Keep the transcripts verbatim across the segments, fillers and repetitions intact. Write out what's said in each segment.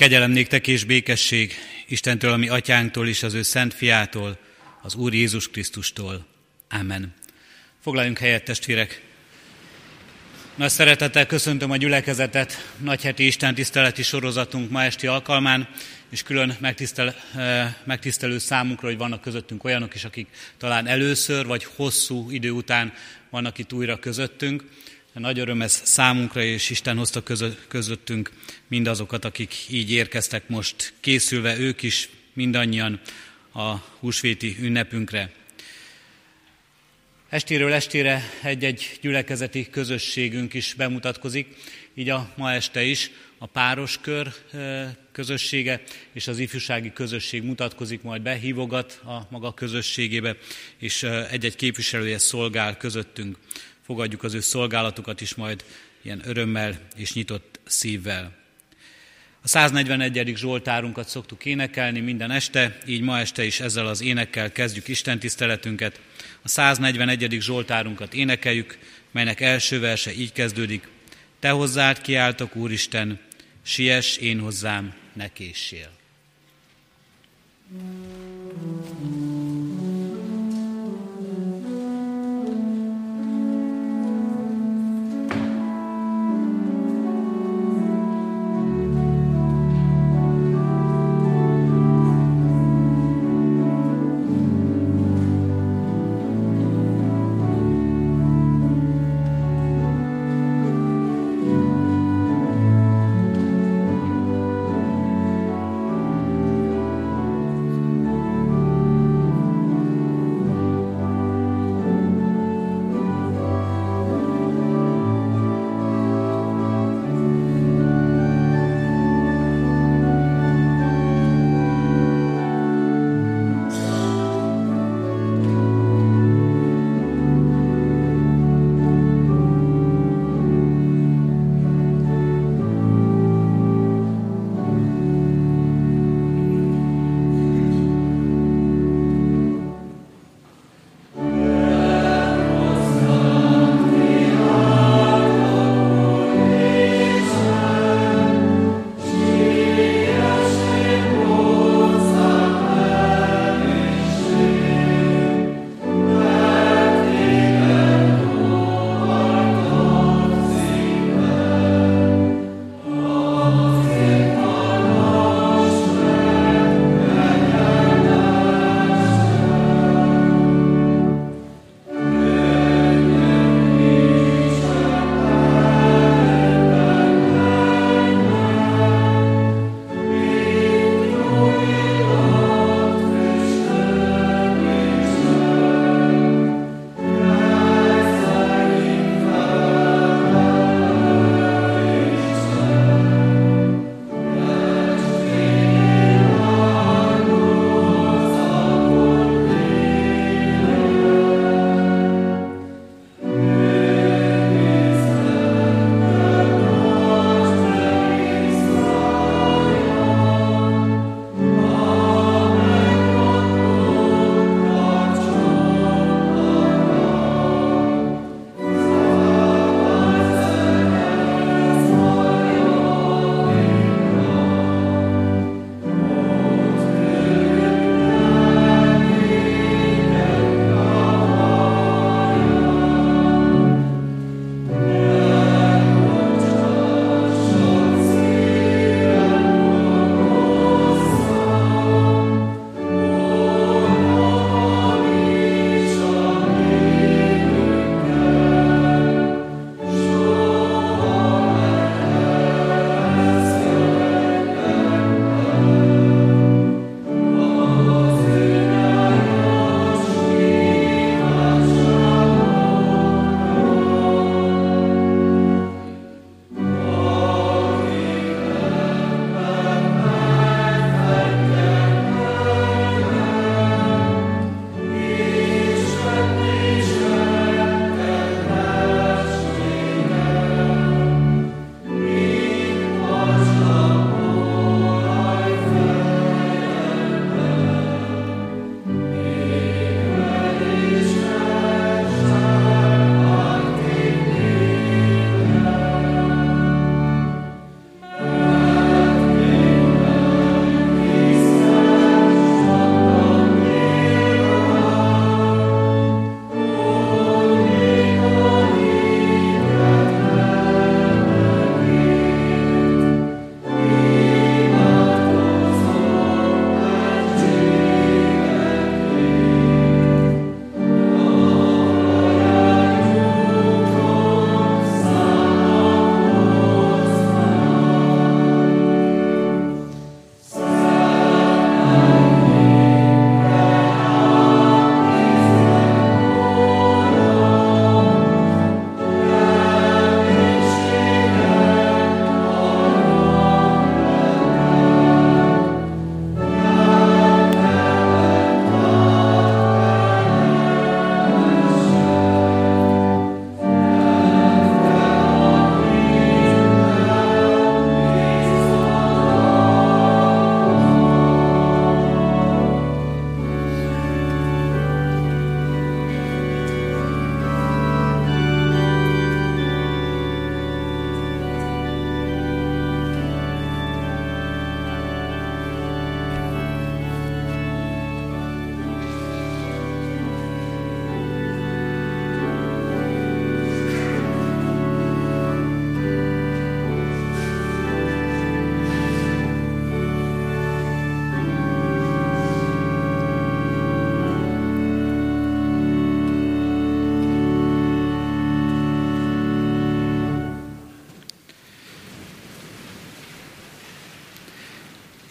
Kegyelem néktek és békesség Istentől, a mi atyánktól és az ő szent fiától, az Úr Jézus Krisztustól. Amen. Foglaljunk helyet, testvérek! Nagy szeretettel köszöntöm a gyülekezetet nagyheti istentiszteleti sorozatunk ma esti alkalmán, és külön megtisztel, megtisztelő számunkra, hogy vannak közöttünk olyanok is, akik talán először vagy hosszú idő után vannak itt újra közöttünk. Nagy öröm ez számunkra, és Isten hozta közöttünk mindazokat, akik így érkeztek most, készülve ők is mindannyian a húsvéti ünnepünkre. Estéről estére egy-egy gyülekezeti közösségünk is bemutatkozik, így a ma este is a pároskör közössége és az ifjúsági közösség mutatkozik majd be, hívogat a maga közösségébe, és egy-egy képviselője szolgál közöttünk. Fogadjuk az ő szolgálatukat is majd ilyen örömmel és nyitott szívvel. A száznegyvenegyedik Zsoltárunkat szoktuk énekelni minden este, így ma este is ezzel az énekkel kezdjük istentiszteletünket. A száznegyvenegyedik Zsoltárunkat énekeljük, melynek első verse így kezdődik: Te hozzád kiáltok, Úristen, siess én hozzám, ne késsél.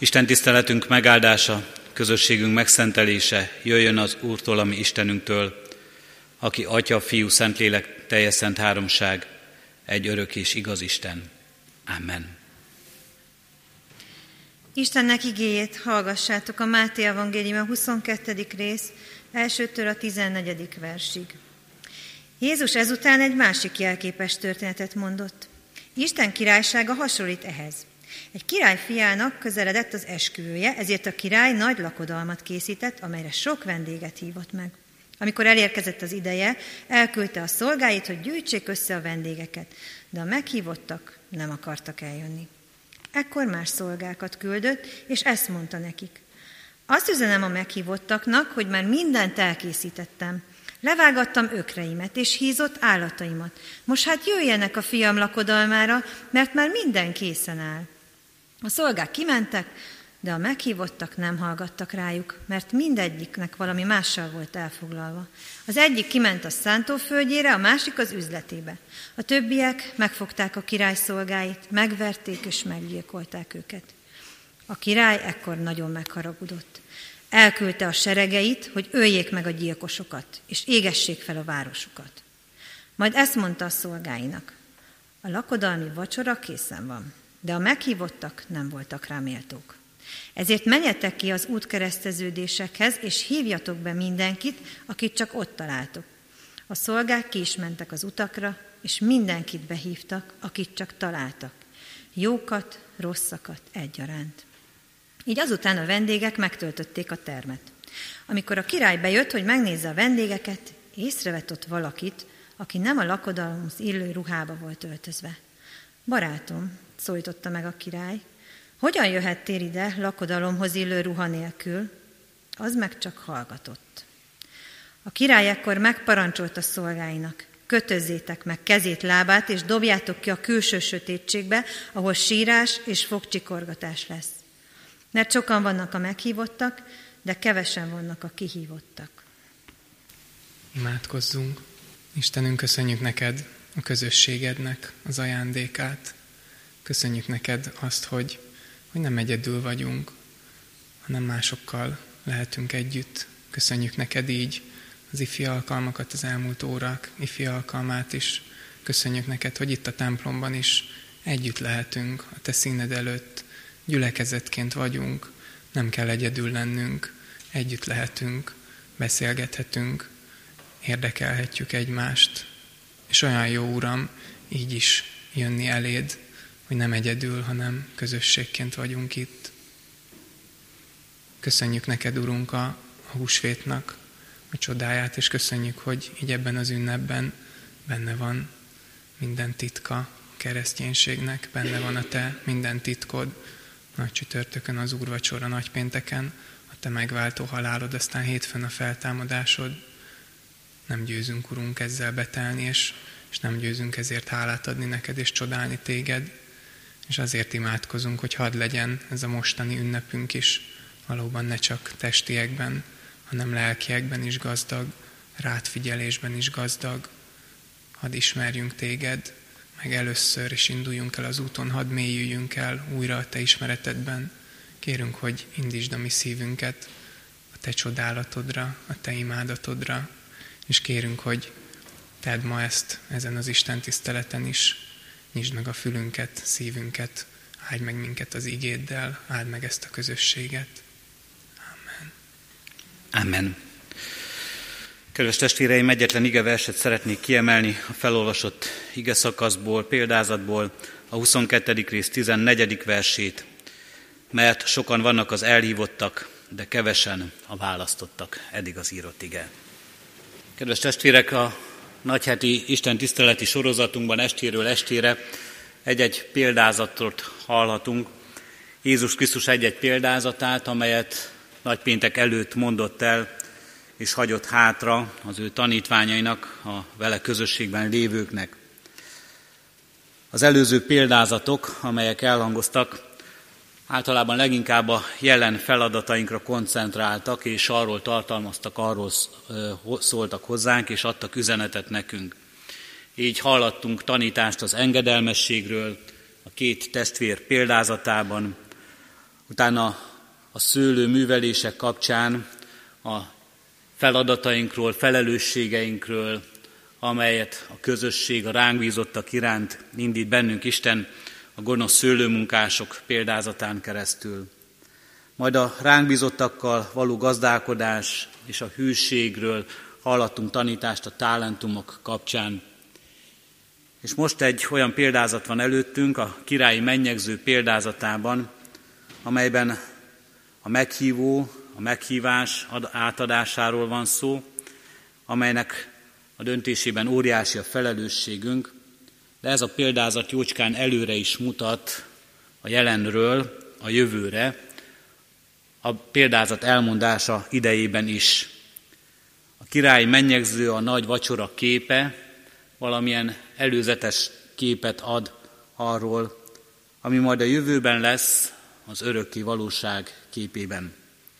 Isten tiszteletünk megáldása, közösségünk megszentelése jöjjön az Úrtól, ami Istenünktől, aki Atya, Fiú, Szentlélek, teljes szent háromság, egy örök és igaz Isten. Amen. Istennek igéjét hallgassátok a Máté evangélium a huszonkettedik rész, elsőtől a tizennegyedik versig. Jézus ezután egy másik jelképes történetet mondott. Isten királysága hasonlít ehhez. Egy király fiának közeledett az esküvője, ezért a király nagy lakodalmat készített, amelyre sok vendéget hívott meg. Amikor elérkezett az ideje, elküldte a szolgáit, hogy gyűjtsék össze a vendégeket, de a meghívottak nem akartak eljönni. Ekkor más szolgákat küldött, és ezt mondta nekik. Azt üzenem a meghívottaknak, hogy már mindent elkészítettem. Levágattam ökreimet, és hízott állataimat. Most hát jöjjenek a fiam lakodalmára, mert már minden készen áll. A szolgák kimentek, de a meghívottak nem hallgattak rájuk, mert mindegyiknek valami mással volt elfoglalva. Az egyik kiment a szántóföldjére, a másik az üzletébe. A többiek megfogták a király szolgáit, megverték és meggyilkolták őket. A király ekkor nagyon megharagudott. Elküldte a seregeit, hogy öljék meg a gyilkosokat, és égessék fel a városukat. Majd ezt mondta a szolgáinak. A lakodalmi vacsora készen van, de a meghívottak nem voltak rá méltók. Ezért menjetek ki az útkereszteződésekhez, és hívjatok be mindenkit, akit csak ott találtok. A szolgák ki is mentek az utakra, és mindenkit behívtak, akit csak találtak. Jókat, rosszakat egyaránt. Így azután a vendégek megtöltötték a termet. Amikor a király bejött, hogy megnézze a vendégeket, észrevett ott valakit, aki nem a lakodalomhoz illő ruhába volt öltözve. Barátom, szólította meg a király, hogyan jöhettél ide lakodalomhoz illő ruha nélkül? Az meg csak hallgatott. A király ekkor megparancsolta szolgáinak, kötözzétek meg kezét, lábát, és dobjátok ki a külső sötétségbe, ahol sírás és fogcsikorgatás lesz. Mert sokan vannak a meghívottak, de kevesen vannak a kihívottak. Imádkozzunk. Istenünk, köszönjük neked a közösségednek az ajándékát. Köszönjük neked azt, hogy, hogy nem egyedül vagyunk, hanem másokkal lehetünk együtt. Köszönjük neked így az ifi alkalmakat, az elmúlt órák ifi alkalmát is. Köszönjük neked, hogy itt a templomban is együtt lehetünk a te színed előtt. Gyülekezetként vagyunk, nem kell egyedül lennünk, együtt lehetünk, beszélgethetünk, érdekelhetjük egymást. És olyan jó, Uram, így is jönni eléd, hogy nem egyedül, hanem közösségként vagyunk itt. Köszönjük neked, Urunk, a, a húsvétnak a csodáját, és köszönjük, hogy így ebben az ünnepben benne van minden titka kereszténységnek, benne van a te minden titkod, nagy csütörtökön az úrvacsora, nagypénteken, a te megváltó halálod, aztán hétfőn a feltámadásod. Nem győzünk, Urunk, ezzel betelni, és, és nem győzünk ezért hálát adni neked, és csodálni téged. És azért imádkozunk, hogy hadd legyen ez a mostani ünnepünk is valóban ne csak testiekben, hanem lelkiekben is gazdag, rád figyelésben is gazdag. Hadd ismerjünk téged, meg először, és induljunk el az úton, hadd mélyüljünk el újra a te ismeretedben. Kérünk, hogy indítsd a mi szívünket a te csodálatodra, a te imádatodra, és kérünk, hogy tedd ma ezt ezen az Isten tiszteleten is, nyisd meg a fülünket, szívünket, áld meg minket az igéddel, áld meg ezt a közösséget. Amen. Amen. Kedves testvéreim, egyetlen igeverset szeretnék kiemelni a felolvasott igeszakaszból, példázatból, a huszonkettedik rész tizennegyedik versét, mert sokan vannak az elhívottak, de kevesen a választottak. Eddig az írott ige. Kedves testvérek, a nagyheti Isten tiszteleti sorozatunkban estéről estére egy-egy példázatot hallhatunk. Jézus Krisztus egy-egy példázatát, amelyet nagypéntek előtt mondott el, és hagyott hátra az ő tanítványainak, a vele közösségben lévőknek. Az előző példázatok, amelyek elhangoztak, általában leginkább a jelen feladatainkra koncentráltak, és arról tartalmaztak, arról szóltak hozzánk, és adtak üzenetet nekünk. Így hallottunk tanítást az engedelmességről, a két testvér példázatában, Utána a szőlő művelések kapcsán a feladatainkról, felelősségeinkről, amelyet a közösség, a ránk bízottak iránt indít bennünk Isten a gonosz szőlőmunkások példázatán keresztül. Majd a ránk bízottakkal való gazdálkodás és a hűségről hallottunk tanítást a talentumok kapcsán. És most egy olyan példázat van előttünk, a királyi mennyegző példázatában, amelyben a meghívó, a meghívás átadásáról van szó, amelynek a döntésében óriási a felelősségünk, de ez a példázat jócskán előre is mutat a jelenről a jövőre, a példázat elmondása idejében is. A királyi mennyegző, a nagy vacsora képe valamilyen előzetes képet ad arról, ami majd a jövőben lesz az örökké valóság képében.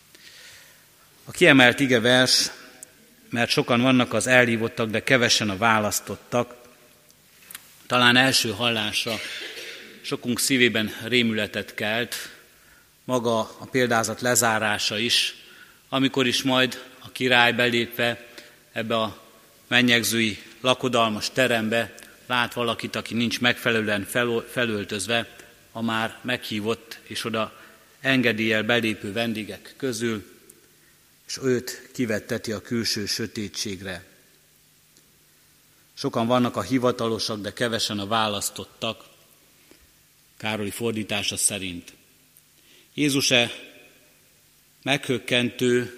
A kiemelt igevers, mert sokan vannak az elhívottak, de kevesen a választottak, talán első hallásra sokunk szívében rémületet kelt, maga a példázat lezárása is, amikor is majd a király belépve ebbe a mennyegzői lakodalmas terembe lát valakit, aki nincs megfelelően felöltözve, a már meghívott és oda engedéllyel belépő vendégek közül, és őt kivetteti a külső sötétségre. Sokan vannak a hivatalosak, de kevesen a választottak, Károli fordítása szerint. Jézus-e meghökkentő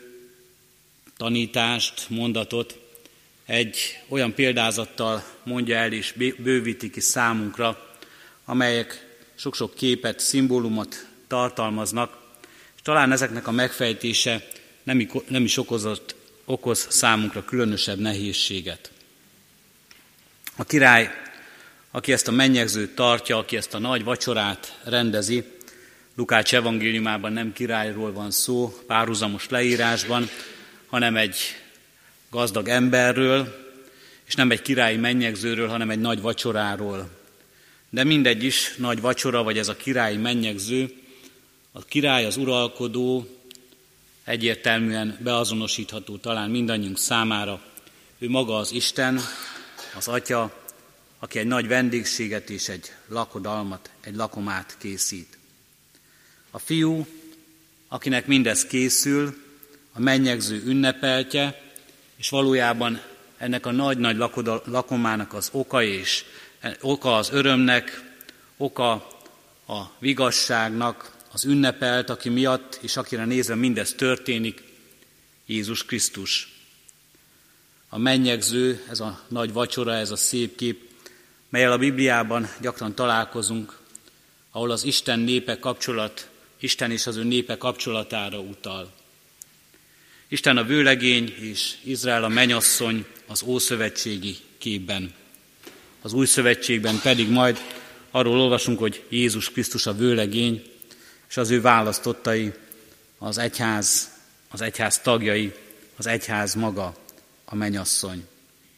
tanítást, mondatot egy olyan példázattal mondja el és bővíti ki számunkra, amelyek sok-sok képet, szimbólumot tartalmaznak, és talán ezeknek a megfejtése nem, nem is okozott, okoz számunkra különösebb nehézséget. A király, aki ezt a mennyegzőt tartja, aki ezt a nagy vacsorát rendezi, Lukács evangéliumában nem királyról van szó párhuzamos leírásban, hanem egy gazdag emberről, és nem egy királyi mennyegzőről, hanem egy nagy vacsoráról. De mindegy is, nagy vacsora, vagy ez a királyi mennyegző, a király, az uralkodó egyértelműen beazonosítható talán mindannyiunk számára. Ő maga az Isten, az Atya, aki egy nagy vendégséget és egy lakodalmat, egy lakomát készít. A fiú, akinek mindez készül, a mennyegző ünnepeltje, és valójában ennek a nagy-nagy lakomának az oka és oka az örömnek, oka a vigasságnak, az ünnepelt, aki miatt és akire nézve mindez történik, Jézus Krisztus. A mennyegző, ez a nagy vacsora, ez a szép kép, melyel a Bibliában gyakran találkozunk, ahol az Isten népe kapcsolat, Isten és az ő népe kapcsolatára utal. Isten a vőlegény és Izrael a mennyasszony az ószövetségi képben. Az új szövetségben pedig majd arról olvasunk, hogy Jézus Krisztus a vőlegény, és az ő választottai, az egyház, az egyház tagjai, az egyház maga, a mennyasszony.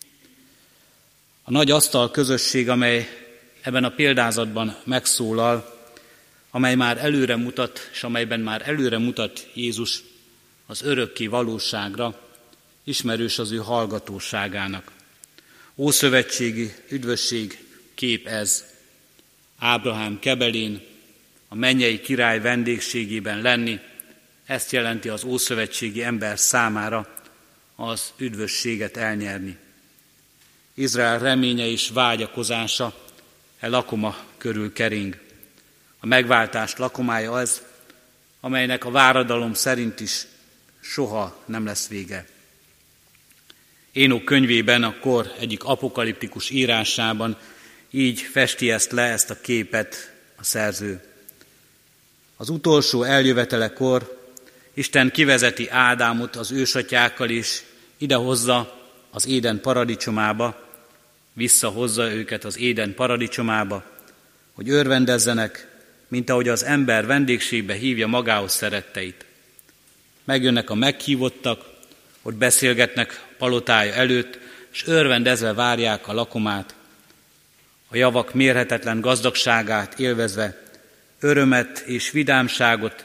A nagy asztal közösség, amely ebben a példázatban megszólal, amely már előre mutat, és amelyben már előre mutat Jézus az örökké valóságra, ismerős az ő hallgatóságának. Ószövetségi üdvösség kép ez. Ábrahám kebelén, a mennyei király vendégségében lenni, ezt jelenti az ószövetségi ember számára az üdvösséget elnyerni. Izrael reménye és vágyakozása e lakoma körül kering. A megváltás lakomája az, amelynek a váradalom szerint is soha nem lesz vége. Énok könyvében, a kor egyik apokaliptikus írásában így festi ezt le, ezt a képet a szerző. Az utolsó eljövetelekor Isten kivezeti Ádámot az ősatyákkal is, idehozza az Éden paradicsomába, visszahozza őket az Éden paradicsomába, hogy örvendezzenek, mint ahogy az ember vendégségbe hívja magához szeretteit. Megjönnek a meghívottak, hogy beszélgetnek palotája előtt, és örvendezve várják a lakomát, a javak mérhetetlen gazdagságát élvezve, örömet és vidámságot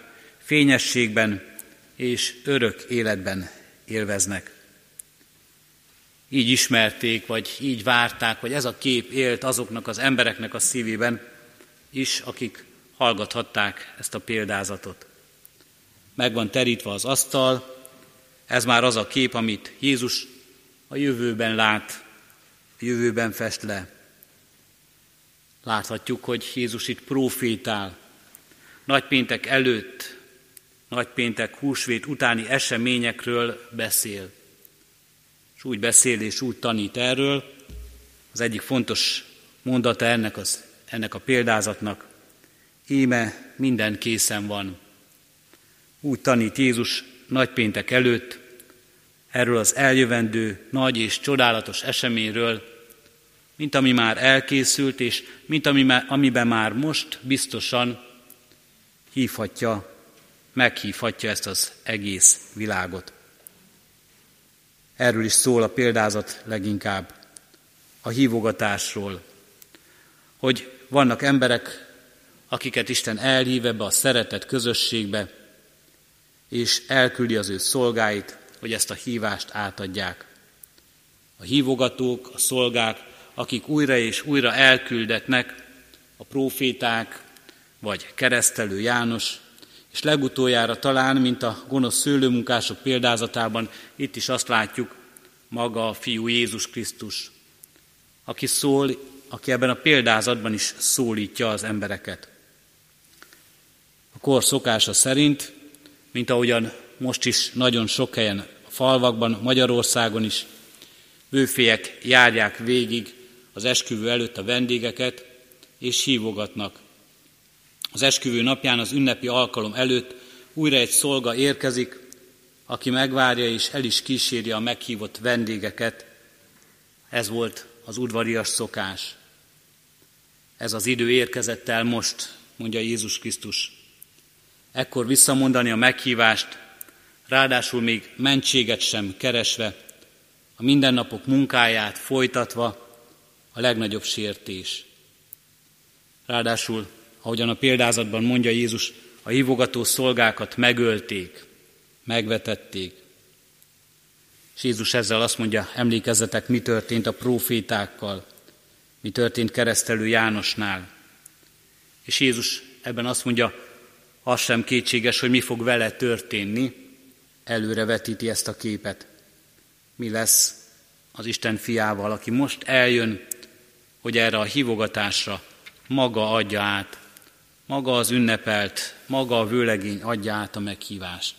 fényességben és örök életben élveznek. Így ismerték, vagy így várták, vagy ez a kép élt azoknak az embereknek a szívében is, akik hallgathatták ezt a példázatot. Meg van terítve az asztal, ez már az a kép, amit Jézus a jövőben lát, a jövőben fest le. Láthatjuk, hogy Jézus itt prófétál. Nagypéntek előtt, nagypéntek húsvét utáni eseményekről beszél. És úgy beszél és úgy tanít erről. Az egyik fontos mondata ennek, az, ennek a példázatnak: íme minden készen van. Úgy tanít Jézus nagypéntek előtt erről az eljövendő nagy és csodálatos eseményről, mint ami már elkészült, és mint ami, amiben már most biztosan hívhatja, meghívhatja ezt az egész világot. Erről is szól a példázat leginkább, a hívogatásról, hogy vannak emberek, akiket Isten elhív ebbe a szeretet közösségbe, és elküldi az ő szolgáit, hogy ezt a hívást átadják. A hívogatók, a szolgák, akik újra és újra elküldetnek, a próféták, vagy keresztelő János, és legutoljára talán, mint a gonosz szőlőmunkások példázatában, itt is azt látjuk, maga a Fiú Jézus Krisztus, aki szól, aki ebben a példázatban is szólítja az embereket. A kor szokása szerint, mint ahogyan most is nagyon sok helyen, a falvakban, Magyarországon is, bőfélyek járják végig az esküvő előtt a vendégeket, és hívogatnak. Az esküvő napján, az ünnepi alkalom előtt újra egy szolga érkezik, aki megvárja és el is kíséri a meghívott vendégeket. Ez volt az udvarias szokás. Ez az idő érkezett el most, mondja Jézus Krisztus. Ekkor visszamondani a meghívást, ráadásul még mentséget sem keresve, a mindennapok munkáját folytatva, a legnagyobb sértés. Ráadásul, ahogyan a példázatban mondja Jézus, a hívogató szolgákat megölték, megvetették. És Jézus ezzel azt mondja, emlékezzetek, mi történt a prófétákkal, mi történt keresztelő Jánosnál. És Jézus ebben azt mondja, az sem kétséges, hogy mi fog vele történni, előre vetíti ezt a képet. Mi lesz az Isten fiával, aki most eljön, hogy erre a hívogatásra maga adja át, maga az ünnepelt, maga a vőlegény adja át a meghívást.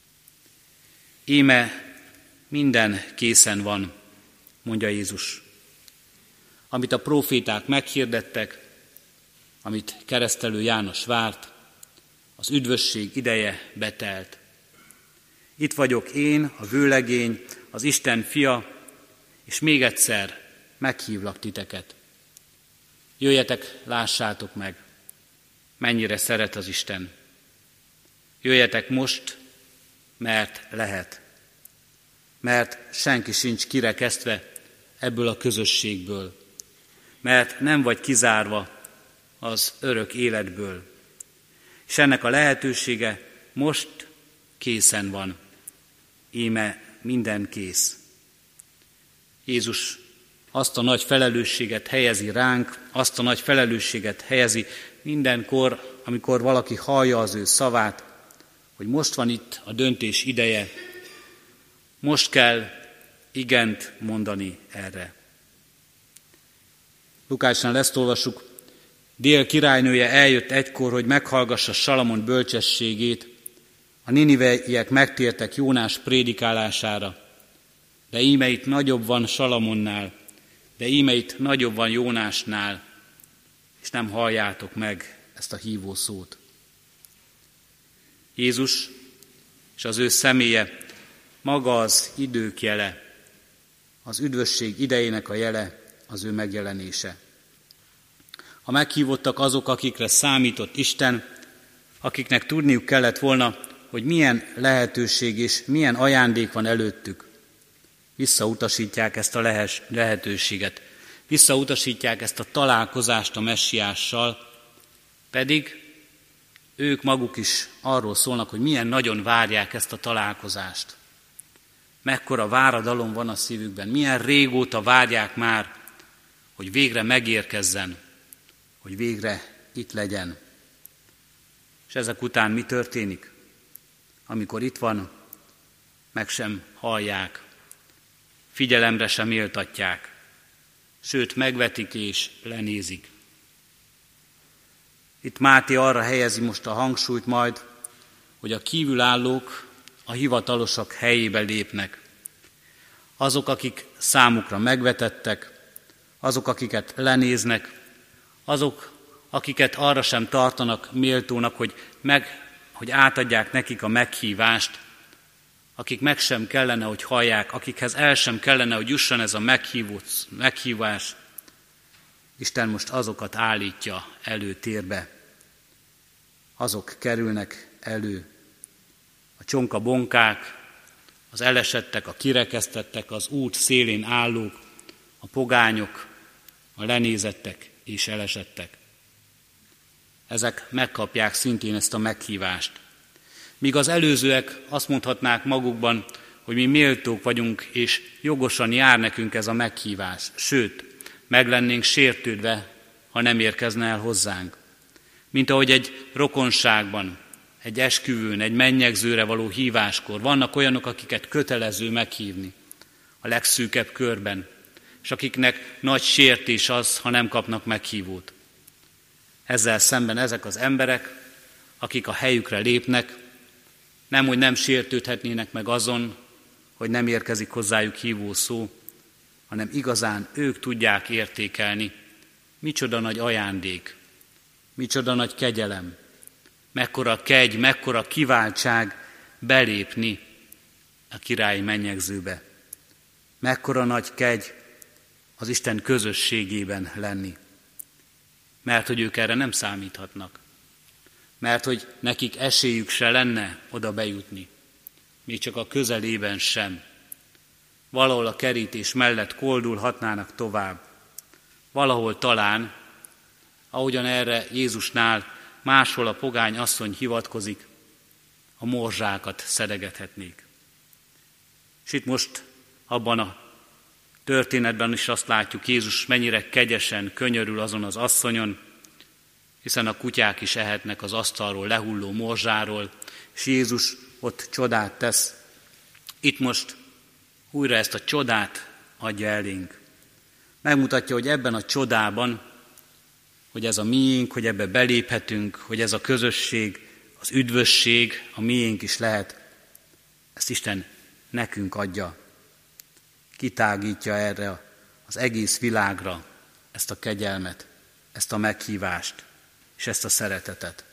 Íme minden készen van, mondja Jézus. Amit a próféták meghirdettek, amit keresztelő János várt, az üdvösség ideje betelt. Itt vagyok én, a vőlegény, az Isten fia, és még egyszer meghívlak titeket. Jöjjetek, lássátok meg, mennyire szeret az Isten. Jöjjetek most, mert lehet. Mert senki sincs kirekesztve ebből a közösségből. Mert nem vagy kizárva az örök életből. És ennek a lehetősége most készen van. Íme minden kész. Jézus azt a nagy felelősséget helyezi ránk, azt a nagy felelősséget helyezi mindenkor, amikor valaki hallja az ő szavát, hogy most van itt a döntés ideje, most kell igent mondani erre. Lukácsnál ezt olvassuk, Dél királynője eljött egykor, hogy meghallgassa Salamon bölcsességét, a niniveiek megtértek Jónás prédikálására, de íme itt nagyobb van Salamonnál, de íme itt nagyobb van Jónásnál, és nem halljátok meg ezt a hívó szót. Jézus és az ő személye maga az idők jele, az üdvösség idejének a jele, az ő megjelenése. A meghívottak azok, akikre számított Isten, akiknek tudniuk kellett volna, hogy milyen lehetőség és milyen ajándék van előttük. Visszautasítják ezt a lehes, lehetőséget, visszautasítják ezt a találkozást a messiással, pedig ők maguk is arról szólnak, hogy milyen nagyon várják ezt a találkozást. Mekkora váradalom van a szívükben, milyen régóta várják már, hogy végre megérkezzen, hogy végre itt legyen. És ezek után mi történik? Amikor itt van, meg sem hallják, figyelemre sem méltatják, sőt megvetik és lenézik. Itt Máté arra helyezi most a hangsúlyt majd, hogy a kívülállók a hivatalosak helyébe lépnek. Azok, akik számukra megvetettek, azok, akiket lenéznek, azok, akiket arra sem tartanak méltónak, hogy, meg, hogy átadják nekik a meghívást, akik meg sem kellene, hogy hallják, akikhez el sem kellene, hogy jusson ez a meghívós, meghívás. Isten most azokat állítja előtérbe. Azok kerülnek elő. A csonka bonkák, az elesettek, a kirekesztettek, az út szélén állók, a pogányok, a lenézettek és elesettek. Ezek megkapják szintén ezt a meghívást. Míg az előzőek azt mondhatnák magukban, hogy mi méltók vagyunk, és jogosan jár nekünk ez a meghívás. Sőt, meg lennénk sértődve, ha nem érkezne el hozzánk. Mint ahogy egy rokonságban, egy esküvőn, egy mennyegzőre való híváskor vannak olyanok, akiket kötelező meghívni a legszűkebb körben, és akiknek nagy sértés az, ha nem kapnak meghívót. Ezzel szemben ezek az emberek, akik a helyükre lépnek, nem, hogy nem sértődhetnének meg azon, hogy nem érkezik hozzájuk hívó szó, hanem igazán ők tudják értékelni, micsoda nagy ajándék, micsoda nagy kegyelem, mekkora kegy, mekkora kiváltság belépni a királyi mennyegzőbe. Mekkora nagy kegy az Isten közösségében lenni. Mert hogy ők erre nem számíthatnak. Mert hogy nekik esélyük se lenne oda bejutni. Még csak a közelében sem. Valahol a kerítés mellett koldulhatnának tovább. Valahol talán, ahogyan erre Jézusnál máshol a pogány asszony hivatkozik, a morzsákat szedegethetnék. És itt most abban a történetben is azt látjuk, Jézus mennyire kegyesen könyörül azon az asszonyon, hiszen a kutyák is ehetnek az asztalról lehulló morzsáról, és Jézus ott csodát tesz. Itt most újra ezt a csodát adja elénk. Megmutatja, hogy ebben a csodában, hogy ez a miénk, hogy ebbe beléphetünk, hogy ez a közösség, az üdvösség a miénk is lehet. Ezt Isten nekünk adja. Kitágítja erre az egész világra ezt a kegyelmet, ezt a meghívást, és ezt a szeretetet.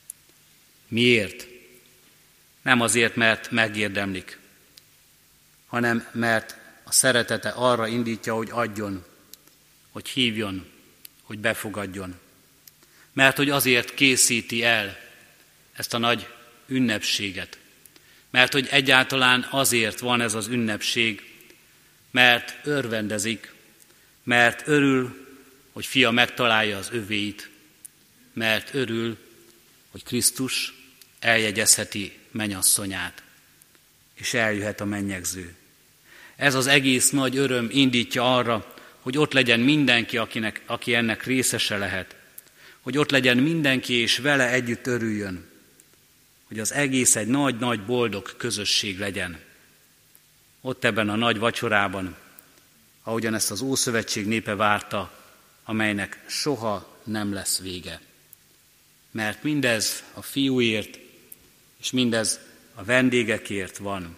Miért? Nem azért, mert megérdemlik, hanem mert a szeretete arra indítja, hogy adjon, hogy hívjon, hogy befogadjon. Mert hogy azért készíti el ezt a nagy ünnepséget. Mert hogy egyáltalán azért van ez az ünnepség, mert örvendezik, mert örül, hogy fia megtalálja az övéit, mert örül, hogy Krisztus eljegyezheti mennyasszonyát, és eljöhet a mennyegző. Ez az egész nagy öröm indítja arra, hogy ott legyen mindenki, akinek, aki ennek részese lehet, hogy ott legyen mindenki, és vele együtt örüljön, hogy az egész egy nagy-nagy boldog közösség legyen. Ott ebben a nagy vacsorában, ahogyan ezt az Ószövetség népe várta, amelynek soha nem lesz vége. Mert mindez a fiúért, és mindez a vendégekért van.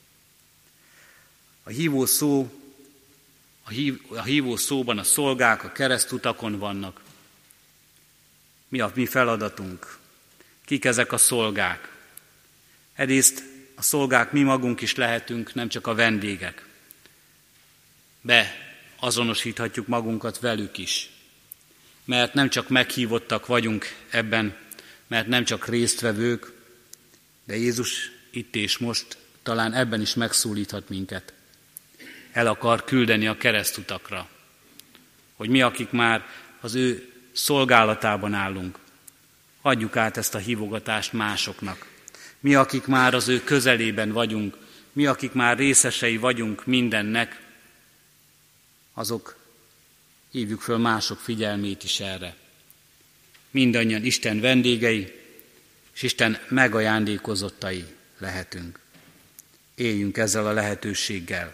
A hívó szó, a, hív, a hívó szóban a szolgák a keresztutakon vannak. Mi a mi feladatunk? Kik ezek a szolgák? Egyrészt a szolgák mi magunk is lehetünk, nem csak a vendégek. Beazonosíthatjuk magunkat velük is. Mert nem csak meghívottak vagyunk ebben, mert nem csak résztvevők, de Jézus itt és most talán ebben is megszólíthat minket. El akar küldeni a keresztutakra, hogy mi, akik már az ő szolgálatában állunk, adjuk át ezt a hívogatást másoknak. Mi, akik már az ő közelében vagyunk, mi, akik már részesei vagyunk mindennek, azok hívjuk föl mások figyelmét is erre. Mindannyian Isten vendégei, és Isten megajándékozottai lehetünk. Éljünk ezzel a lehetőséggel.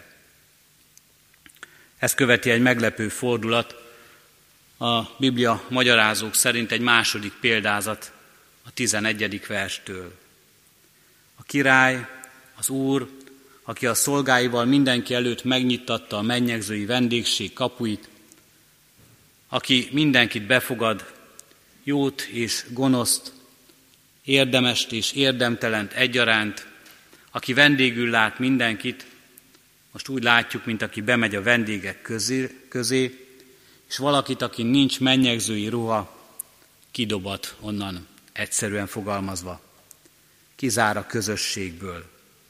Ezt követi egy meglepő fordulat, a Biblia magyarázók szerint egy második példázat a tizenegyedik verstől. A király, az úr, aki a szolgáival mindenki előtt megnyitatta a mennyegzői vendégség kapuit, aki mindenkit befogad, jót és gonoszt, érdemest és érdemtelent egyaránt, aki vendégül lát mindenkit, most úgy látjuk, mint aki bemegy a vendégek közé, közé és valakit, aki nincs mennyegzői ruha, kidobat onnan, egyszerűen fogalmazva. Kizár a közösségből.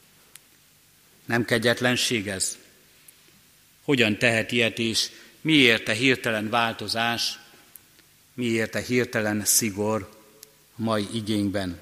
Nem kegyetlenség ez? Hogyan tehet ilyet, és miért a hirtelen változás, miért a hirtelen szigor a mai igényben?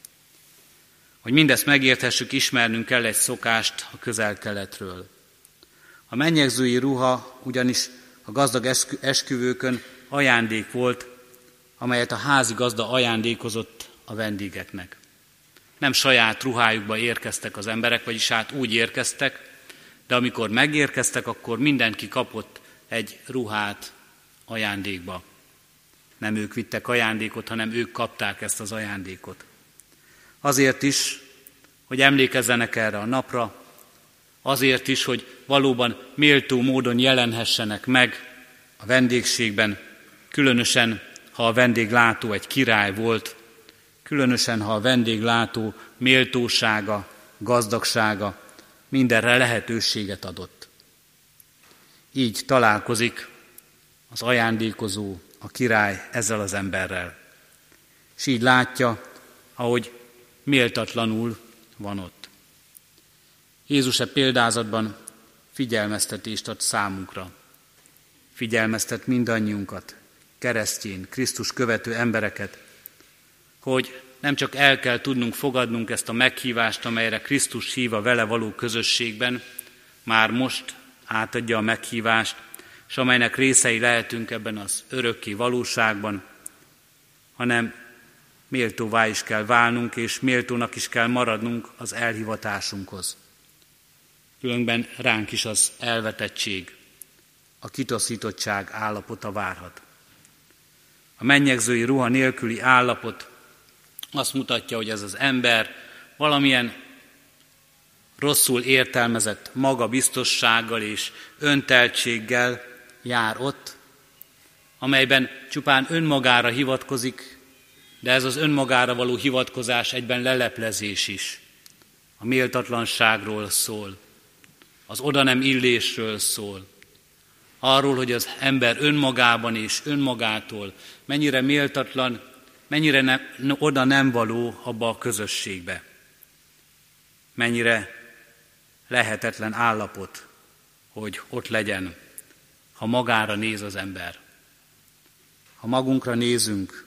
Hogy mindezt megérthessük, ismernünk kell egy szokást a Közel-Keletről. A mennyegzői ruha ugyanis a gazdag esküvőkön ajándék volt, amelyet a házigazda ajándékozott a vendégeknek. Nem saját ruhájukba érkeztek az emberek, vagyis hát úgy érkeztek, de amikor megérkeztek, akkor mindenki kapott egy ruhát ajándékba. Nem ők vittek ajándékot, hanem ők kapták ezt az ajándékot. Azért is, hogy emlékezzenek erre a napra, azért is, hogy valóban méltó módon jelenhessenek meg a vendégségben, különösen, ha a vendéglátó egy király volt, különösen, ha a vendéglátó méltósága, gazdagsága mindenre lehetőséget adott. Így találkozik az ajándékozó, a király ezzel az emberrel. És így látja, ahogy méltatlanul van ott. Jézus e példázatban figyelmeztetést ad számunkra. Figyelmeztet mindannyiunkat, keresztjén, Krisztus követő embereket, hogy nem csak el kell tudnunk fogadnunk ezt a meghívást, amelyre Krisztus hív a vele való közösségben, már most átadja a meghívást, és amelynek részei lehetünk ebben az örökké valóságban, hanem méltóvá is kell válnunk, és méltónak is kell maradnunk az elhivatásunkhoz. Különben ránk is az elvetettség, a kitaszítottság állapota várhat. A mennyegzői ruha nélküli állapot azt mutatja, hogy ez az ember valamilyen rosszul értelmezett magabiztossággal és önteltséggel jár ott, amelyben csupán önmagára hivatkozik, de ez az önmagára való hivatkozás egyben leleplezés is. A méltatlanságról szól, az oda nem illésről szól, arról, hogy az ember önmagában és önmagától mennyire méltatlan, mennyire ne, oda nem való abba a közösségbe. Mennyire lehetetlen állapot, hogy ott legyen, ha magára néz az ember. Ha magunkra nézünk,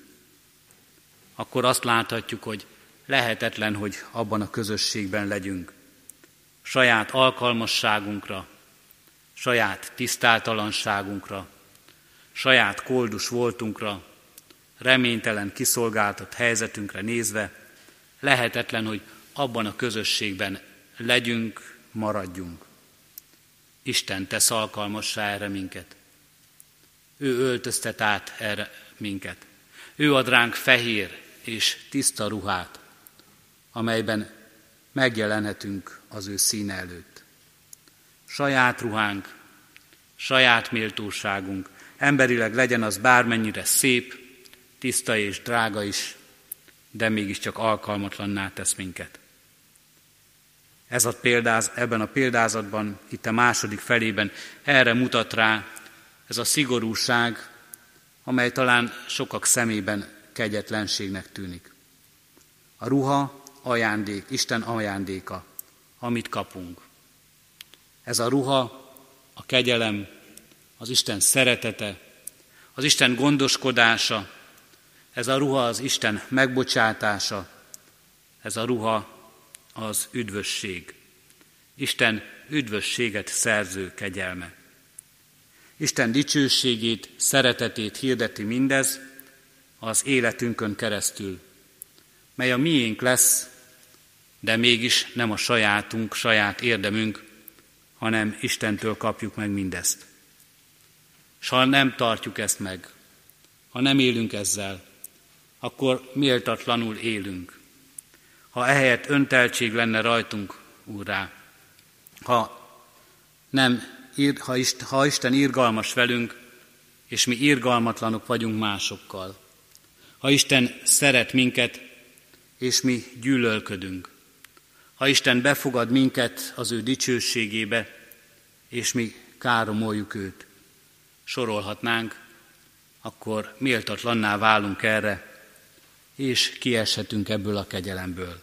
akkor azt láthatjuk, hogy lehetetlen, hogy abban a közösségben legyünk. Saját alkalmasságunkra, saját tisztátalanságunkra, saját koldus voltunkra, reménytelen kiszolgáltat helyzetünkre nézve, lehetetlen, hogy abban a közösségben legyünk, maradjunk. Isten tesz alkalmassá erre minket. Ő öltöztet át erre minket. Ő ad ránk fehér és tiszta ruhát, amelyben megjelenhetünk az ő színe előtt. Saját ruhánk, saját méltóságunk, emberileg legyen az bármennyire szép, tiszta és drága is, de mégiscsak alkalmatlanná tesz minket. Ez a példáz, ebben a példázatban, itt a második felében erre mutat rá ez a szigorúság, amely talán sokak szemében kegyetlenségnek tűnik. A ruha ajándék, Isten ajándéka, amit kapunk. Ez a ruha, a kegyelem, az Isten szeretete, az Isten gondoskodása, Ez a ruha az Isten megbocsátása, ez a ruha az üdvösség. Isten üdvösséget szerző kegyelme. Isten dicsőségét, szeretetét hirdeti mindez az életünkön keresztül, mely a miénk lesz, de mégis nem a sajátunk, saját érdemünk, hanem Istentől kapjuk meg mindezt. S ha nem tartjuk ezt meg, ha nem élünk ezzel, akkor méltatlanul élünk. Ha ehelyett önteltség lenne rajtunk, Úrrá, ha, nem, ha, Isten, ha Isten irgalmas velünk, és mi irgalmatlanok vagyunk másokkal, ha Isten szeret minket, és mi gyűlölködünk, ha Isten befogad minket az ő dicsőségébe, és mi káromoljuk őt, sorolhatnánk, akkor méltatlanná válunk erre, és kieshetünk ebből a kegyelemből.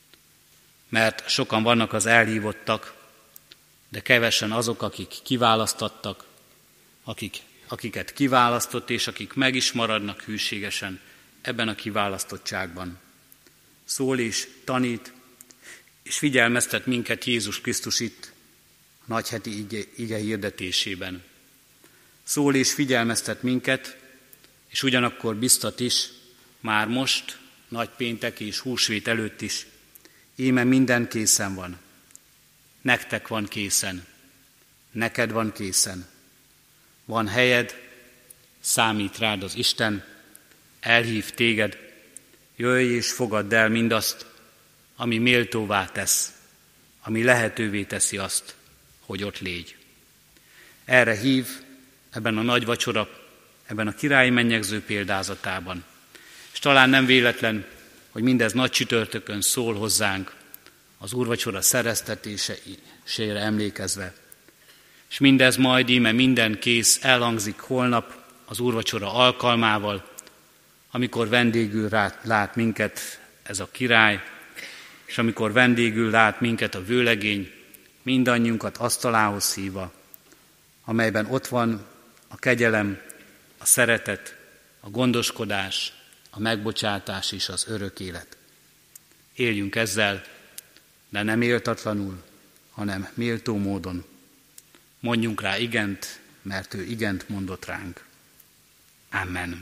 Mert sokan vannak az elhívottak, de kevesen azok, akik kiválasztattak, akik, akiket kiválasztott, és akik meg is maradnak hűségesen ebben a kiválasztottságban. Szól és tanít, és figyelmeztet minket Jézus Krisztus itt, a nagyheti ige, ige hirdetésében. Szól és figyelmeztet minket, és ugyanakkor biztat is, már most, nagypéntek és húsvét előtt is, íme minden készen van. Nektek van készen, neked van készen. Van helyed, számít rád az Isten, elhív téged, jöjj és fogadd el mindazt, ami méltóvá tesz, ami lehetővé teszi azt, hogy ott légy. Erre hív ebben a nagy vacsora, ebben a királyi mennyegző példázatában. És talán nem véletlen, hogy mindez nagy csütörtökön szól hozzánk, az úrvacsora szereztetésére emlékezve. És mindez majd íme minden kész elhangzik holnap az úrvacsora alkalmával, amikor vendégül lát minket ez a király, és amikor vendégül lát minket a vőlegény, mindannyiunkat asztalához hívva, amelyben ott van a kegyelem, a szeretet, a gondoskodás, a megbocsátás és az örök élet. Éljünk ezzel, de nem éltatlanul, hanem méltó módon. Mondjunk rá igent, mert ő igent mondott ránk. Amen.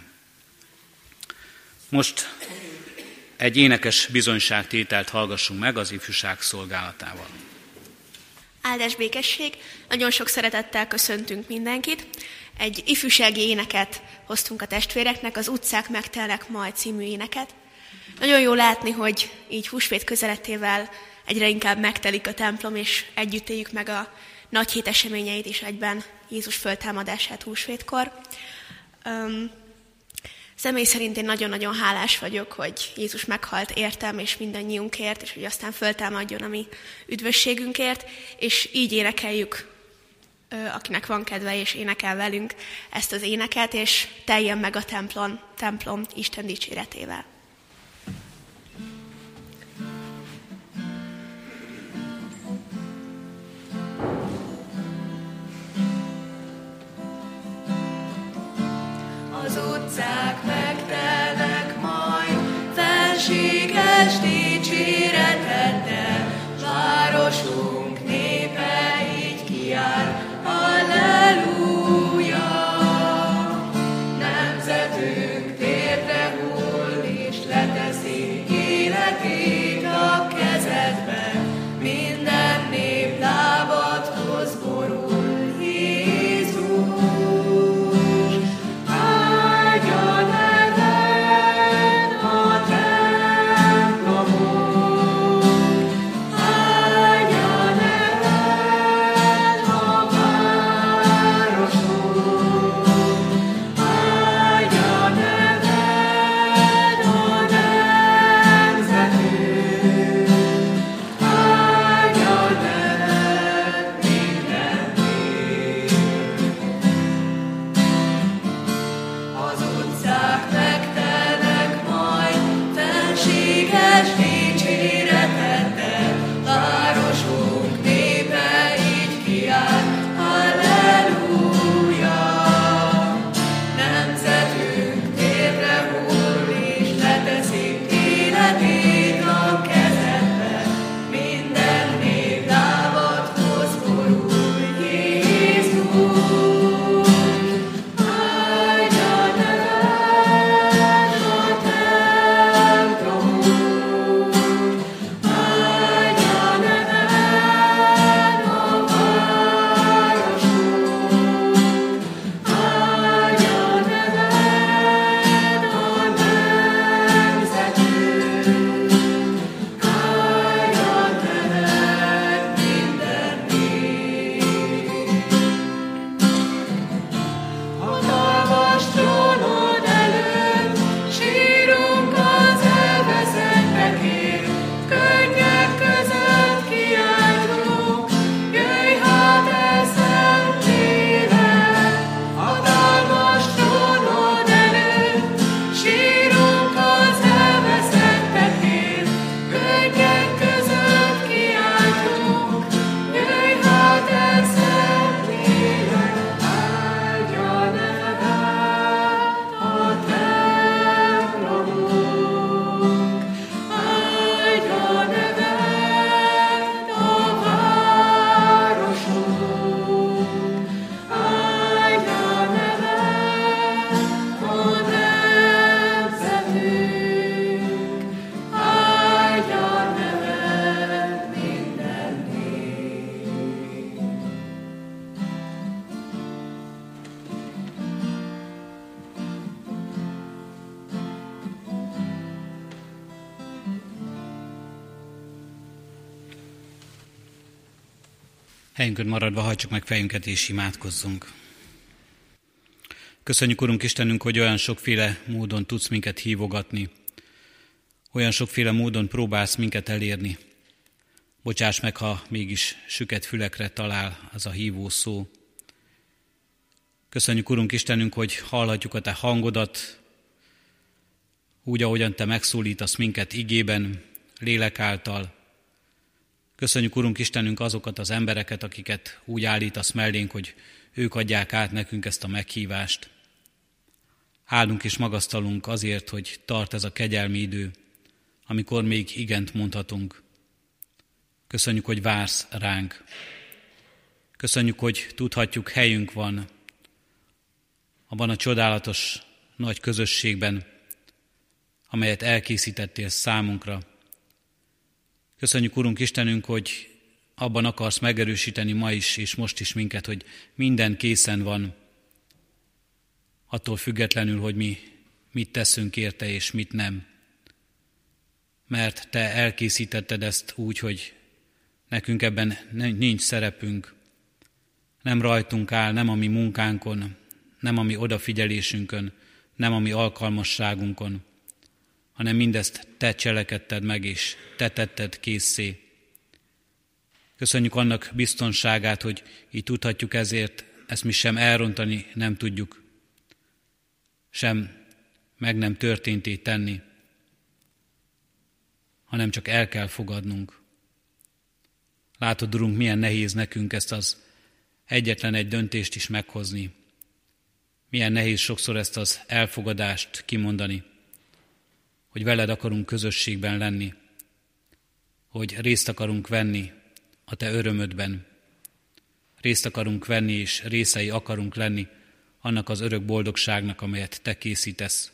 Most egy énekes bizonyságtételt hallgassunk meg az ifjúság szolgálatával. Áldás békesség, nagyon sok szeretettel köszöntünk mindenkit. Egy ifjúsági éneket hoztunk a testvéreknek, az Utcák megtelnek majd című éneket. Nagyon jó látni, hogy így húsvét közeletével egyre inkább megtelik a templom, és együtt éljük meg a nagy hét eseményeit is egyben, Jézus föltámadását húsvétkor. Um, Személy szerint én nagyon-nagyon hálás vagyok, hogy Jézus meghalt értem és mindannyiunkért, és hogy aztán föltámadjon a mi üdvösségünkért, és így énekeljük, akinek van kedve és énekel velünk ezt az éneket, és teljen meg a templom, templom Isten dicséretével. Az utcák megtelnek majd felséges dicséreteddel, városunk népe így kiáll, halleluja! Nemzetünk térdre hull és Helyünkön maradva hajtsuk meg fejünket és imádkozzunk. Köszönjük, Urunk Istenünk, hogy olyan sokféle módon tudsz minket hívogatni, olyan sokféle módon próbálsz minket elérni. Bocsáss meg, ha mégis süket fülekre talál az a hívó szó. Köszönjük, Urunk Istenünk, hogy hallhatjuk a Te hangodat, úgy, ahogyan Te megszólítasz minket igében, lélek által. Köszönjük, Urunk Istenünk, azokat az embereket, akiket úgy állítasz mellénk, hogy ők adják át nekünk ezt a meghívást. Áldunk és magasztalunk azért, hogy tart ez a kegyelmi idő, amikor még igent mondhatunk. Köszönjük, hogy vársz ránk. Köszönjük, hogy tudhatjuk, helyünk van abban a csodálatos nagy közösségben, amelyet elkészítettél számunkra. Köszönjük, Urunk Istenünk, hogy abban akarsz megerősíteni ma is, és most is minket, hogy minden készen van, attól függetlenül, hogy mi mit teszünk érte, és mit nem. Mert Te elkészítetted ezt úgy, hogy nekünk ebben nincs szerepünk, nem rajtunk áll, nem a mi munkánkon, nem a mi odafigyelésünkön, nem a mi alkalmasságunkon, hanem mindezt Te cselekedted meg, és Te tetted készé. Köszönjük annak biztonságát, hogy így tudhatjuk ezért, ezt mi sem elrontani nem tudjuk, sem meg nem történté tenni, hanem csak el kell fogadnunk. Látod, Urunk, milyen nehéz nekünk ezt az egyetlen egy döntést is meghozni. Milyen nehéz sokszor ezt az elfogadást kimondani, hogy veled akarunk közösségben lenni, hogy részt akarunk venni a Te örömödben, részt akarunk venni és részei akarunk lenni annak az örök boldogságnak, amelyet Te készítesz.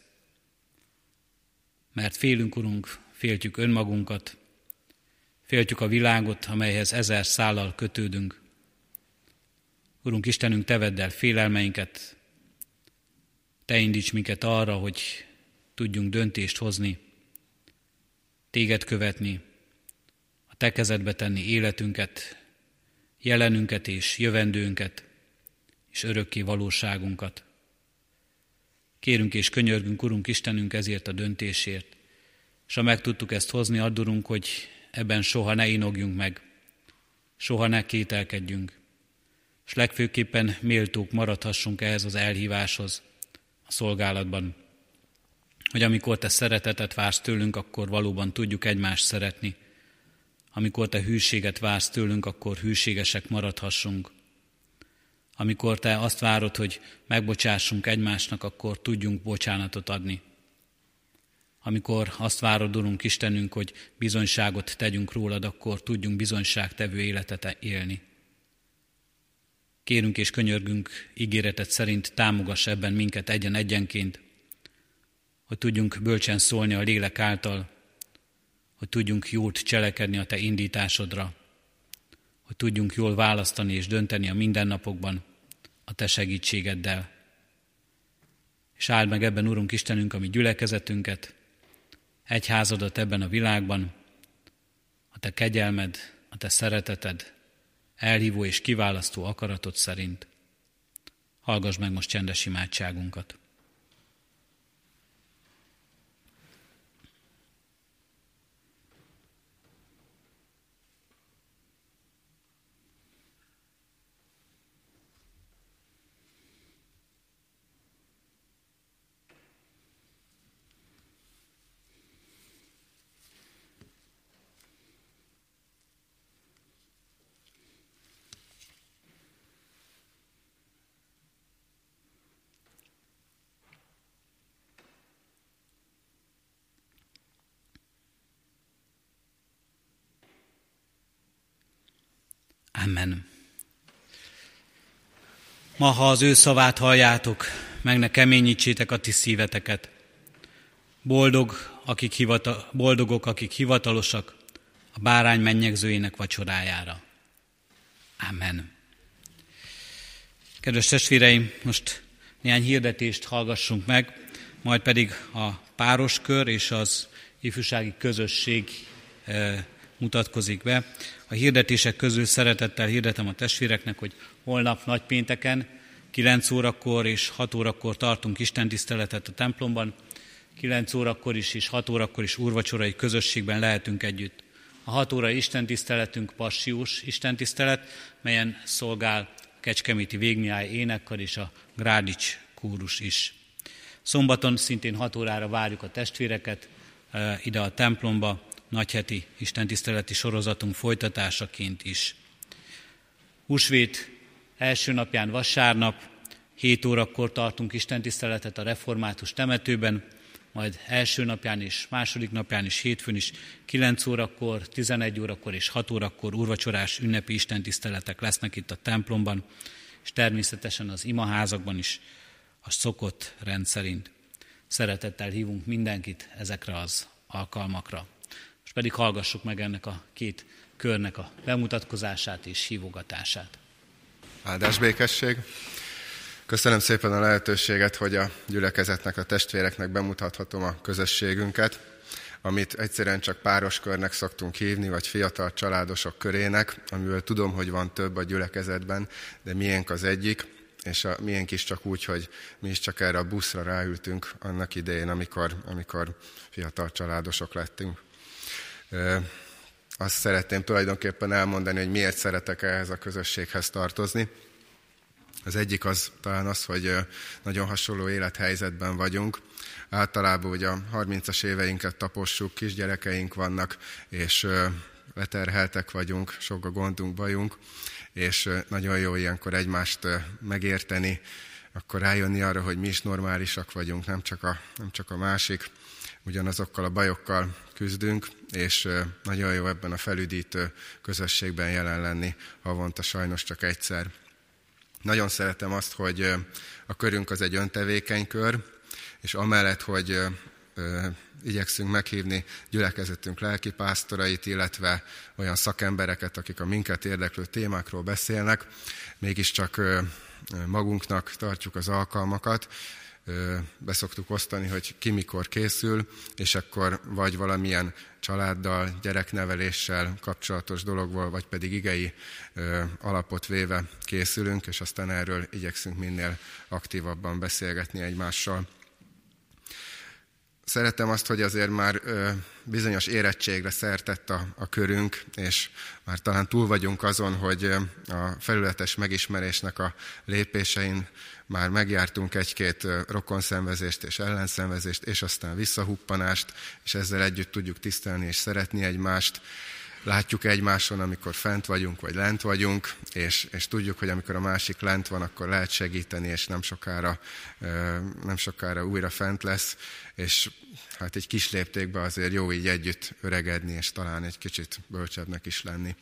Mert félünk, Urunk, féltjük önmagunkat, féltjük a világot, amelyhez ezer szállal kötődünk. Urunk Istenünk, Te vedd el félelmeinket, Te indíts minket arra, hogy tudjunk döntést hozni, Téged követni, a Te kezedbe tenni életünket, jelenünket és jövendőnket, és örökké valóságunkat. Kérünk és könyörgünk, Urunk Istenünk, ezért a döntésért, és ha meg tudtuk ezt hozni, add, Urunk, hogy ebben soha ne inogjunk meg, soha ne kételkedjünk, és legfőképpen méltók maradhassunk ehhez az elhíváshoz a szolgálatban, hogy amikor Te szeretetet vársz tőlünk, akkor valóban tudjuk egymást szeretni. Amikor Te hűséget vársz tőlünk, akkor hűségesek maradhassunk. Amikor Te azt várod, hogy megbocsássunk egymásnak, akkor tudjunk bocsánatot adni. Amikor azt várod, Urunk Istenünk, hogy bizonyságot tegyünk rólad, akkor tudjunk bizonyságtevő életet élni. Kérünk és könyörgünk, ígéreted szerint támogass ebben minket egyen-egyenként, hogy tudjunk bölcsen szólni a lélek által, hogy tudjunk jót cselekedni a Te indításodra, hogy tudjunk jól választani és dönteni a mindennapokban a Te segítségeddel. És áld meg ebben, Urunk Istenünk, a mi gyülekezetünket, egyházadat ebben a világban, a Te kegyelmed, a Te szereteted, elhívó és kiválasztó akaratod szerint. Hallgass meg most csendes imádságunkat. Amen. Ma, ha az ő szavát halljátok, meg ne keményítsétek a ti szíveteket. Boldog, akik hivata, boldogok, akik hivatalosak a bárány mennyegzőjének vacsorájára. Amen. Kedves testvéreim, most néhány hirdetést hallgassunk meg, majd pedig a pároskör és az ifjúsági közösség mutatkozik be. A hirdetések közül szeretettel hirdetem a testvéreknek, hogy holnap nagypénteken kilenc órakor és hat órakor tartunk istentiszteletet a templomban. kilenc órakor is és hat órakor is úrvacsorai közösségben lehetünk együtt. A hat órai istentiszteletünk passiós istentisztelet, melyen szolgál a Kecskeméti Végmihály énekkar és a Grádics kórus is. Szombaton szintén hat órára várjuk a testvéreket e, ide a templomba, nagyheti istentiszteleti sorozatunk folytatásaként is. Húsvét első napján vasárnap hét órakor tartunk istentiszteletet a református temetőben, majd első napján és második napján is, hétfőn is kilenc órakor, tizenegy órakor és hat órakor úrvacsorás ünnepi istentiszteletek lesznek itt a templomban, és természetesen az imaházakban is a szokott rendszerint. Szeretettel hívunk mindenkit ezekre az alkalmakra. Most pedig hallgassuk meg ennek a két körnek a bemutatkozását és hívogatását. Áldás békesség! Köszönöm szépen a lehetőséget, hogy a gyülekezetnek, a testvéreknek bemutathatom a közösségünket, amit egyszerűen csak pároskörnek szoktunk hívni, vagy fiatal családosok körének, amivel tudom, hogy van több a gyülekezetben, de miénk az egyik, és a miénk is csak úgy, hogy mi is csak erre a buszra ráültünk annak idején, amikor, amikor fiatal családosok lettünk. Azt szeretném tulajdonképpen elmondani, hogy miért szeretek ehhez a közösséghez tartozni. Az egyik az talán az, hogy nagyon hasonló élethelyzetben vagyunk. Általában ugye a harmincas éveinket tapossuk, kisgyerekeink vannak, és leterheltek vagyunk, sok a gondunk, bajunk, és nagyon jó ilyenkor egymást megérteni, akkor rájönni arra, hogy mi is normálisak vagyunk, nem csak a, nem csak a másik, ugyanazokkal a bajokkal küzdünk, és nagyon jó ebben a felüdítő közösségben jelen lenni, havonta sajnos csak egyszer. Nagyon szeretem azt, hogy a körünk az egy öntevékeny kör, és amellett, hogy igyekszünk meghívni gyülekezetünk lelkipásztorait, illetve olyan szakembereket, akik a minket érdeklő témákról beszélnek, mégiscsak magunknak tartjuk az alkalmakat, beszoktuk osztani, hogy ki mikor készül, és akkor vagy valamilyen családdal, gyerekneveléssel kapcsolatos dologból, vagy pedig igei alapot véve készülünk, és aztán erről igyekszünk minél aktívabban beszélgetni egymással. Szeretem azt, hogy azért már bizonyos érettségre szertett a, a körünk, és már talán túl vagyunk azon, hogy a felületes megismerésnek a lépésein már megjártunk egy-két rokonszenvezést és ellenszenvezést, és aztán visszahuppanást, és ezzel együtt tudjuk tisztelni és szeretni egymást. Látjuk egymáson, amikor fent vagyunk, vagy lent vagyunk, és, és tudjuk, hogy amikor a másik lent van, akkor lehet segíteni, és nem sokára, nem sokára újra fent lesz, és hát egy kis léptékben azért jó így együtt öregedni, és talán egy kicsit bölcsebbnek is lenni.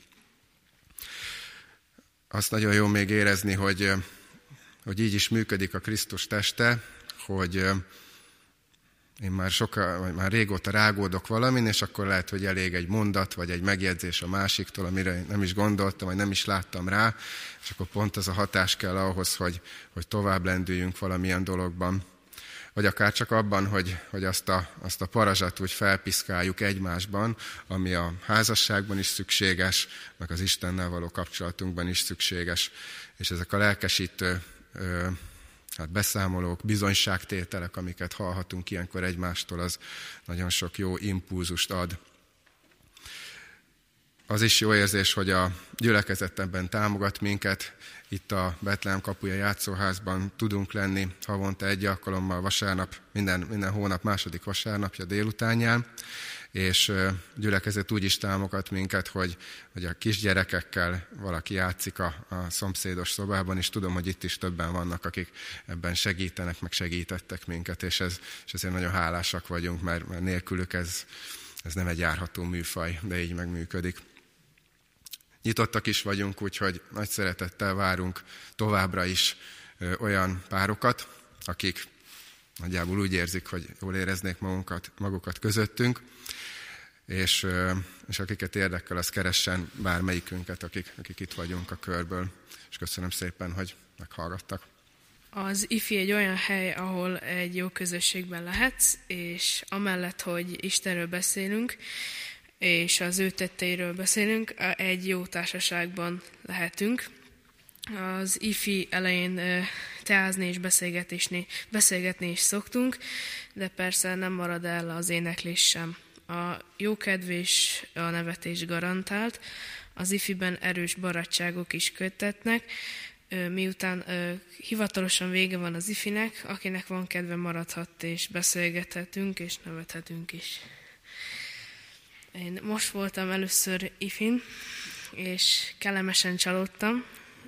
Azt nagyon jó még érezni, hogy, hogy így is működik a Krisztus teste, hogy én már, soka, vagy már régóta rágódok valamin, és akkor lehet, hogy elég egy mondat, vagy egy megjegyzés a másiktól, amire nem is gondoltam, vagy nem is láttam rá, és akkor pont az a hatás kell ahhoz, hogy, hogy tovább lendüljünk valamilyen dologban. Vagy akár csak abban, hogy, hogy azt, a, azt a parazsat úgy felpiszkáljuk egymásban, ami a házasságban is szükséges, meg az Istennel való kapcsolatunkban is szükséges. És ezek a lelkesítő ö, hát beszámolók, bizonyságtételek, amiket hallhatunk ilyenkor egymástól, az nagyon sok jó impulzust ad. Az is jó érzés, hogy a gyülekezet ebben támogat minket. Itt a Betlehem kapuja játszóházban tudunk lenni havonta egy alkalommal vasárnap, minden, minden hónap második vasárnapja délutánján, és gyülekezet úgy is támogat minket, hogy, hogy a kisgyerekekkel valaki játszik a, a szomszédos szobában, és tudom, hogy itt is többen vannak, akik ebben segítenek, meg segítettek minket, és, ez, és ezért nagyon hálásak vagyunk, mert, mert nélkülük ez, ez nem egy járható műfaj, de így megműködik. Nyitottak is vagyunk, úgyhogy nagy szeretettel várunk továbbra is ö, olyan párokat, akik nagyjából úgy érzik, hogy jól éreznék magunkat, magukat közöttünk, és, ö, és akiket érdekel, az keressen bármelyikünket, akik, akik itt vagyunk a körből. És köszönöm szépen, hogy meghallgattak. Az ifi egy olyan hely, ahol egy jó közösségben lehetsz, és amellett, hogy Istenről beszélünk, és az ő tetteiről beszélünk, egy jó társaságban lehetünk. Az ifi elején teázni és beszélgetni is szoktunk, de persze nem marad el az éneklés sem. A jókedv és a nevetés garantált, az ifiben erős barátságok is köttetnek, miután hivatalosan vége van az ifinek, akinek van kedve maradhat, és beszélgethetünk, és nevethetünk is. Én most voltam először ifin, és kellemesen csalódtam.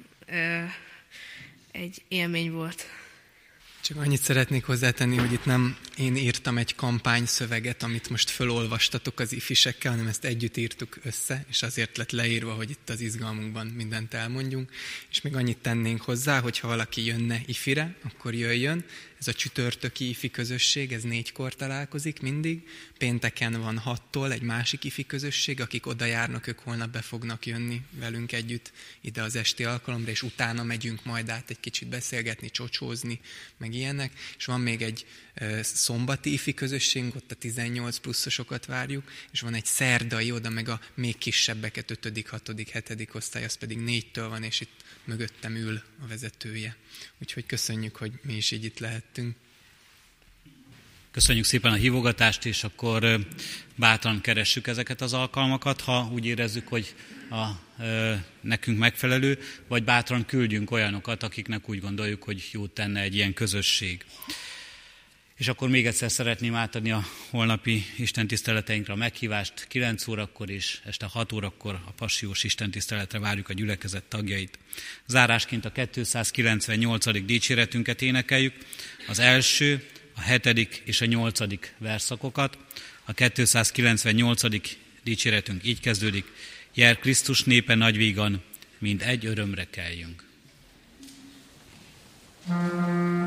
Egy élmény volt. Csak annyit szeretnék hozzátenni, hogy itt nem én írtam egy kampányszöveget, amit most fölolvastatok az ifisekkel, hanem ezt együtt írtuk össze, és azért lett leírva, hogy itt az izgalmunkban mindent elmondjunk. És még annyit tennénk hozzá, hogy ha valaki jönne ifire, akkor jöjjön. Ez a csütörtöki ifi közösség, ez négykor találkozik mindig. Pénteken van hattól egy másik ifi közösség, akik oda járnak, ők holnap be fognak jönni velünk együtt ide az esti alkalomra, és utána megyünk majd át egy kicsit beszélgetni, csocsózni, meg ilyenek. És van még egy e, szombati ifi közösségünk, ott a tizennyolc pluszosokat várjuk, és van egy szerdai, oda meg a még kisebbeket, ötödik, hatodik, hetedik osztály, az pedig négytől van, és itt mögöttem ül a vezetője. Úgyhogy köszönjük, hogy mi is így itt lehettünk. Köszönjük szépen a hívogatást, és akkor bátran keressük ezeket az alkalmakat, ha úgy érezzük, hogy a, e, nekünk megfelelő, vagy bátran küldjünk olyanokat, akiknek úgy gondoljuk, hogy jót tenne egy ilyen közösség. És akkor még egyszer szeretném átadni a holnapi istentiszteleteinkre a meghívást. kilenc órakor és este hat órakor a passiós istentiszteletre várjuk a gyülekezet tagjait. Zárásként a kétszázkilencvennyolcadik dicséretünket énekeljük, az első, a hetedik és a nyolcadik verszakokat. A kétszázkilencvennyolcadik dicséretünk így kezdődik: Jel Krisztus népe nagyvígan, mind egy örömre keljünk.